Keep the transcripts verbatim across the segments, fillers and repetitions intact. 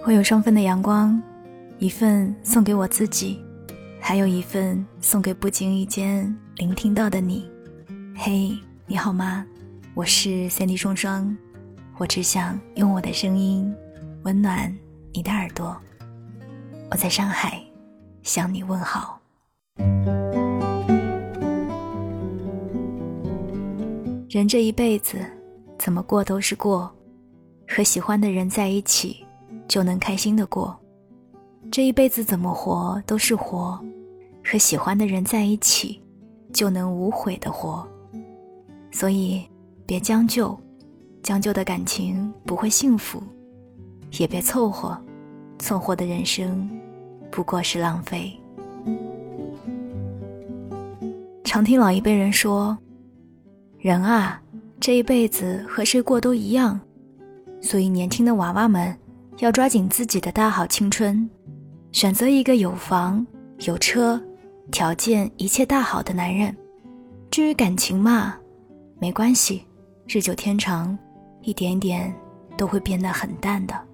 我有双份的阳光，一份送给我自己，还有一份送给不经意间聆听到的你。嘿，你好吗？我是三 D 双双，我只想用我的声音温暖你的耳朵。我在上海向你问好。人这一辈子怎么过都是过，和喜欢的人在一起就能开心的过。这一辈子怎么活都是活，和喜欢的人在一起就能无悔的活。所以别将就，将就的感情不会幸福，也别凑合，凑合的人生不过是浪费。常听老一辈人说，人啊，这一辈子和谁过都一样，所以年轻的娃娃们要抓紧自己的大好青春，选择一个有房有车条件一切大好的男人。至于感情嘛，没关系，日久天长，一点点都会变得很淡的。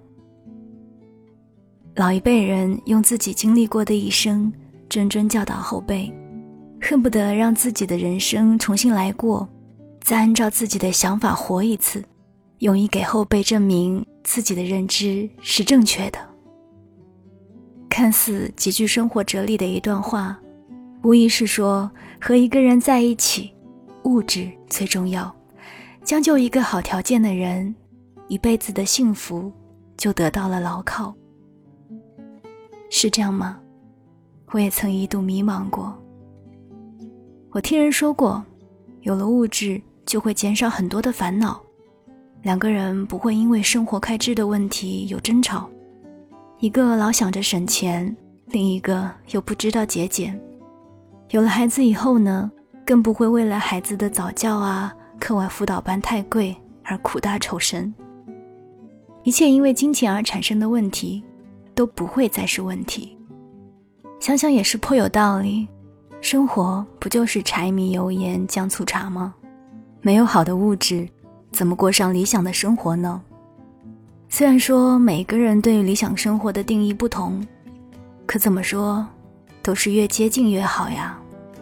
老一辈人用自己经历过的一生谆谆教导后辈，恨不得让自己的人生重新来过，再按照自己的想法活一次，用以给后辈证明自己的认知是正确的。看似极具生活哲理的一段话，无疑是说和一个人在一起，物质最重要，将就一个好条件的人，一辈子的幸福就得到了牢靠。是这样吗？我也曾一度迷茫过。我听人说过，有了物质就会减少很多的烦恼，两个人不会因为生活开支的问题有争吵，一个老想着省钱，另一个又不知道节俭。有了孩子以后呢，更不会为了孩子的早教啊、课外辅导班太贵而苦大仇深。一切因为金钱而产生的问题都不会再是问题。想想也是颇有道理，生活不就是柴米油盐酱醋茶吗？没有好的物质，怎么过上理想的生活呢？虽然说每个人对于理想生活的定义不同，可怎么说都是越接近越好呀。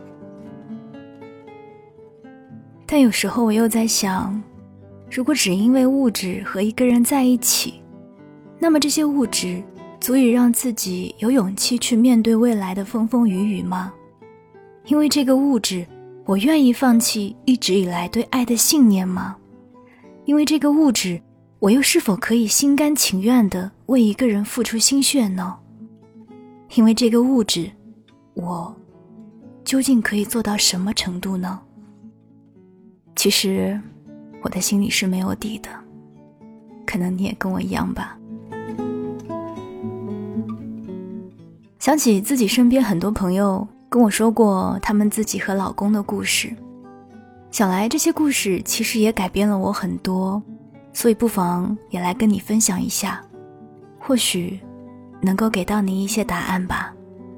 但有时候我又在想，如果只因为物质和一个人在一起，那么这些物质足以让自己有勇气去面对未来的风风雨雨吗？因为这个物质，我愿意放弃一直以来对爱的信念吗？因为这个物质，我又是否可以心甘情愿地为一个人付出心血呢？因为这个物质，我究竟可以做到什么程度呢？其实我的心里是没有底的，可能你也跟我一样吧。想起自己身边很多朋友跟我说过他们自己和老公的故事，想来这些故事其实也改变了我很多，所以不妨也来跟你分享一下，或许能够给到你一些答案吧。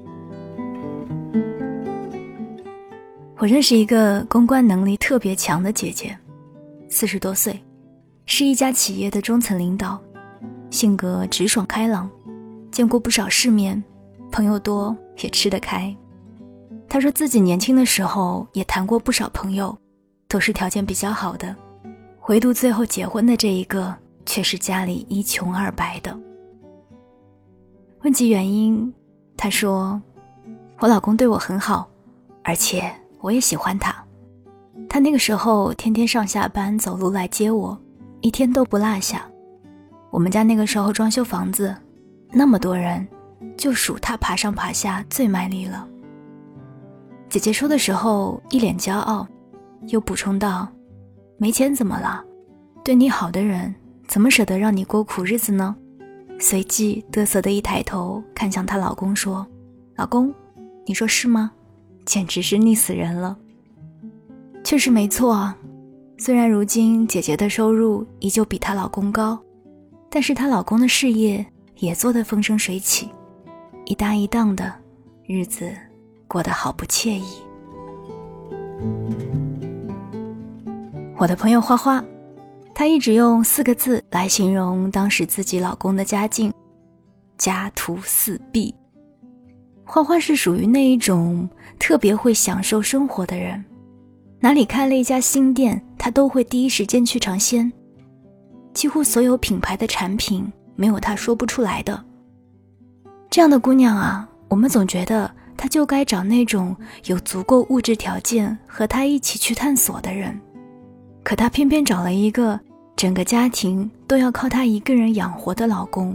我认识一个公关能力特别强的姐姐，四十多岁，是一家企业的中层领导，性格直爽开朗，见过不少世面，朋友多也吃得开。她说自己年轻的时候也谈过不少朋友，都是条件比较好的，唯独最后结婚的这一个却是家里一穷二白的。问及原因，她说我老公对我很好，而且我也喜欢他。他那个时候天天上下班走路来接我，一天都不落下。我们家那个时候装修房子，那么多人，就数他爬上爬下最卖力了。姐姐说的时候一脸骄傲，又补充道，没钱怎么了？对你好的人怎么舍得让你过苦日子呢？随即嘚瑟的一抬头看向她老公说，老公，你说是吗？简直是腻死人了。确实没错啊，虽然如今姐姐的收入依旧比她老公高，但是她老公的事业也做得风生水起，一搭一档的日子过得好不惬意。我的朋友花花，她一直用四个字来形容当时自己老公的家境， 家徒四壁。花花是属于那一种特别会享受生活的人，哪里开了一家新店，她都会第一时间去尝鲜。几乎所有品牌的产品没有她说不出来的。这样的姑娘啊，我们总觉得她就该找那种有足够物质条件和她一起去探索的人，可她偏偏找了一个整个家庭都要靠她一个人养活的老公。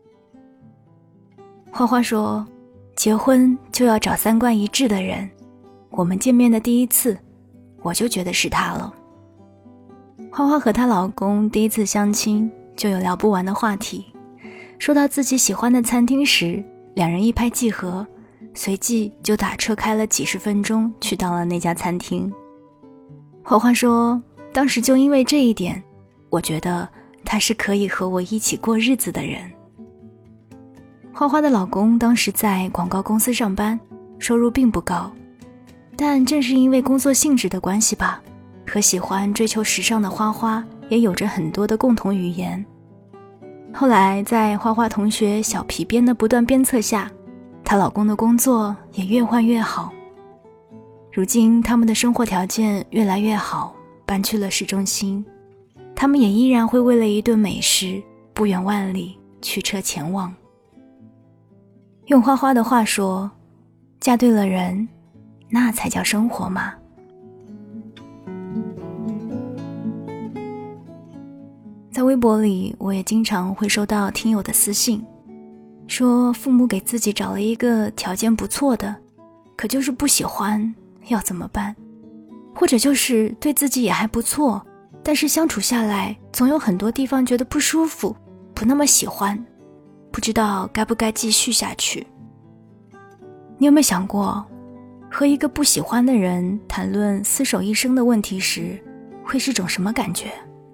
花花说，结婚就要找三观一致的人，我们见面的第一次我就觉得是他了。花花和她老公第一次相亲就有聊不完的话题，说到自己喜欢的餐厅时，两人一拍即合，随即就打车开了几十分钟去到了那家餐厅。花花说，当时就因为这一点，我觉得他是可以和我一起过日子的人。花花的老公当时在广告公司上班，收入并不高，但正是因为工作性质的关系吧，和喜欢追求时尚的花花也有着很多的共同语言。后来在花花同学小皮鞭的不断鞭策下，她老公的工作也越换越好。如今他们的生活条件越来越好，搬去了市中心，他们也依然会为了一顿美食不远万里驱车前往。用花花的话说，嫁对了人，那才叫生活嘛。在微博里，我也经常会收到听友的私信，说父母给自己找了一个条件不错的，可就是不喜欢，要怎么办？或者就是对自己也还不错，但是相处下来总有很多地方觉得不舒服，不那么喜欢，不知道该不该继续下去。你有没有想过，和一个不喜欢的人谈论厮守一生的问题时，会是种什么感觉？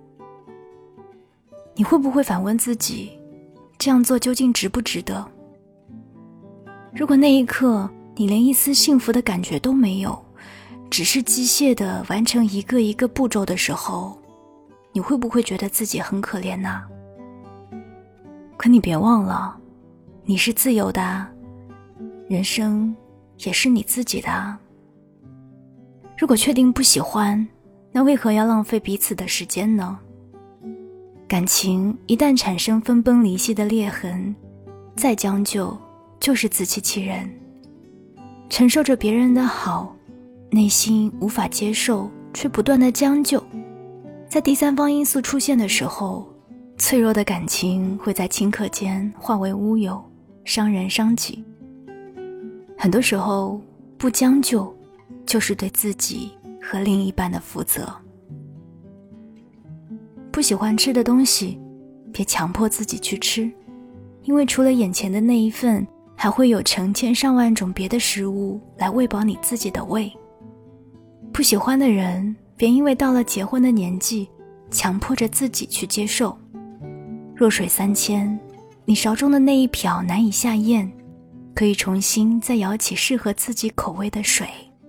你会不会反问自己，这样做究竟值不值得？如果那一刻你连一丝幸福的感觉都没有，只是机械地完成一个一个步骤的时候，你会不会觉得自己很可怜呢？可你别忘了，你是自由的啊，人生也是你自己的啊。如果确定不喜欢，那为何要浪费彼此的时间呢？感情一旦产生分崩离析的裂痕，再将就就是自欺欺人。承受着别人的好，内心无法接受，却不断的将就，在第三方因素出现的时候，脆弱的感情会在顷刻间化为乌有，伤人伤己。很多时候，不将就就是对自己和另一半的负责。不喜欢吃的东西，别强迫自己去吃，因为除了眼前的那一份，还会有成千上万种别的食物来喂饱你自己的胃。不喜欢的人，别因为到了结婚的年纪，强迫着自己去接受。弱水三千，你勺中的那一瓢难以下咽，可以重新再舀起适合自己口味的水。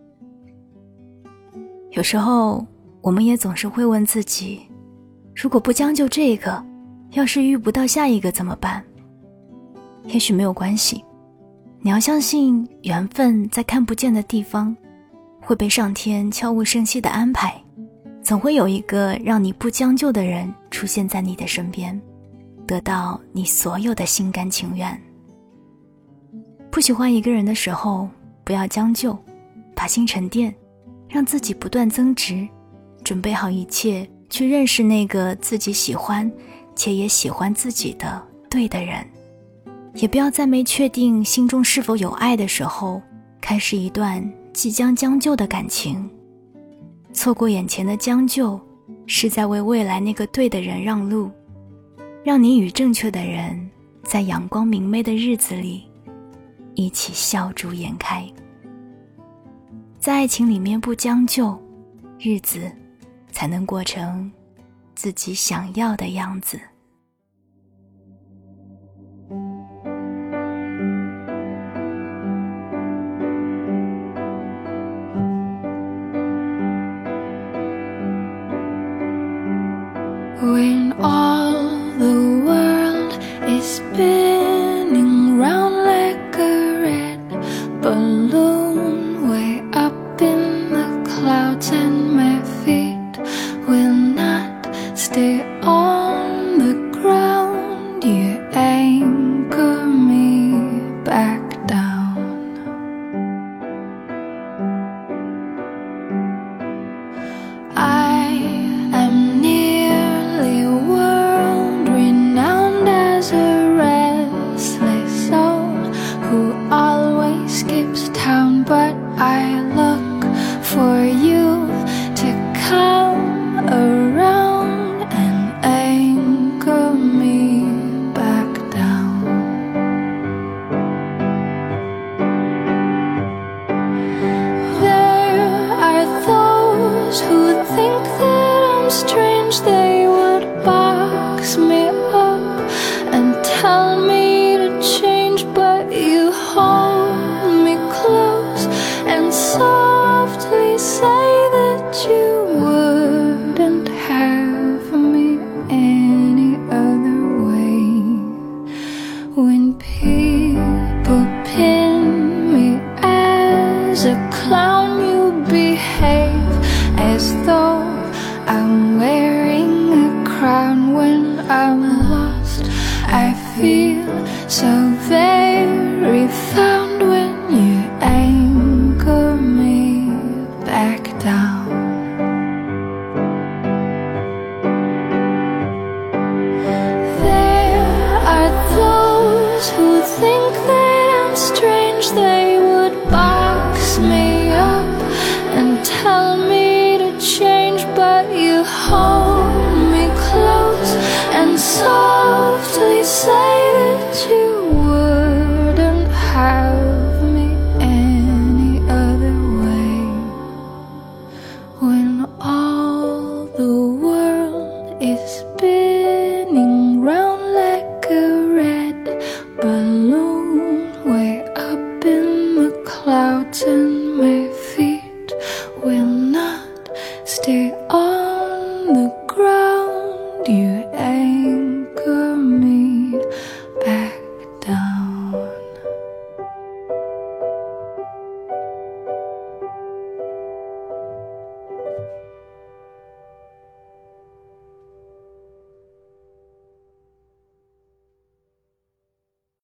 有时候，我们也总是会问自己，如果不将就这个，要是遇不到下一个怎么办？也许没有关系，你要相信缘分在看不见的地方会被上天悄无声息地安排，总会有一个让你不将就的人出现在你的身边，得到你所有的心甘情愿。不喜欢一个人的时候，不要将就，把心沉淀，让自己不断增值，准备好一切去认识那个自己喜欢且也喜欢自己的对的人。也不要在没确定心中是否有爱的时候，开始一段即将将就的感情。错过眼前的将就，是在为未来那个对的人让路，让你与正确的人在阳光明媚的日子里一起笑逐颜开。在爱情里面不将就，日子才能过成自己想要的样子。 When all the world is spinning stay on the ground, you anchor me back down. I am nearly world renowned as a restless soul who always skips town, but I look for you to come around and anchor me back down. There are those who think that I'm strange. They would box me up and tell me to change, but you hold me close and softly say that you wouldn't have me any other way. When people pin me as a clown, you behave as though I'm wearing a crown. When I'm lost, I feel so very found when you anchor me back down. There are those who think that I'm strange. They would box me up and tell me to change, but you hold me close and softly say that you wouldn't have me any other way. When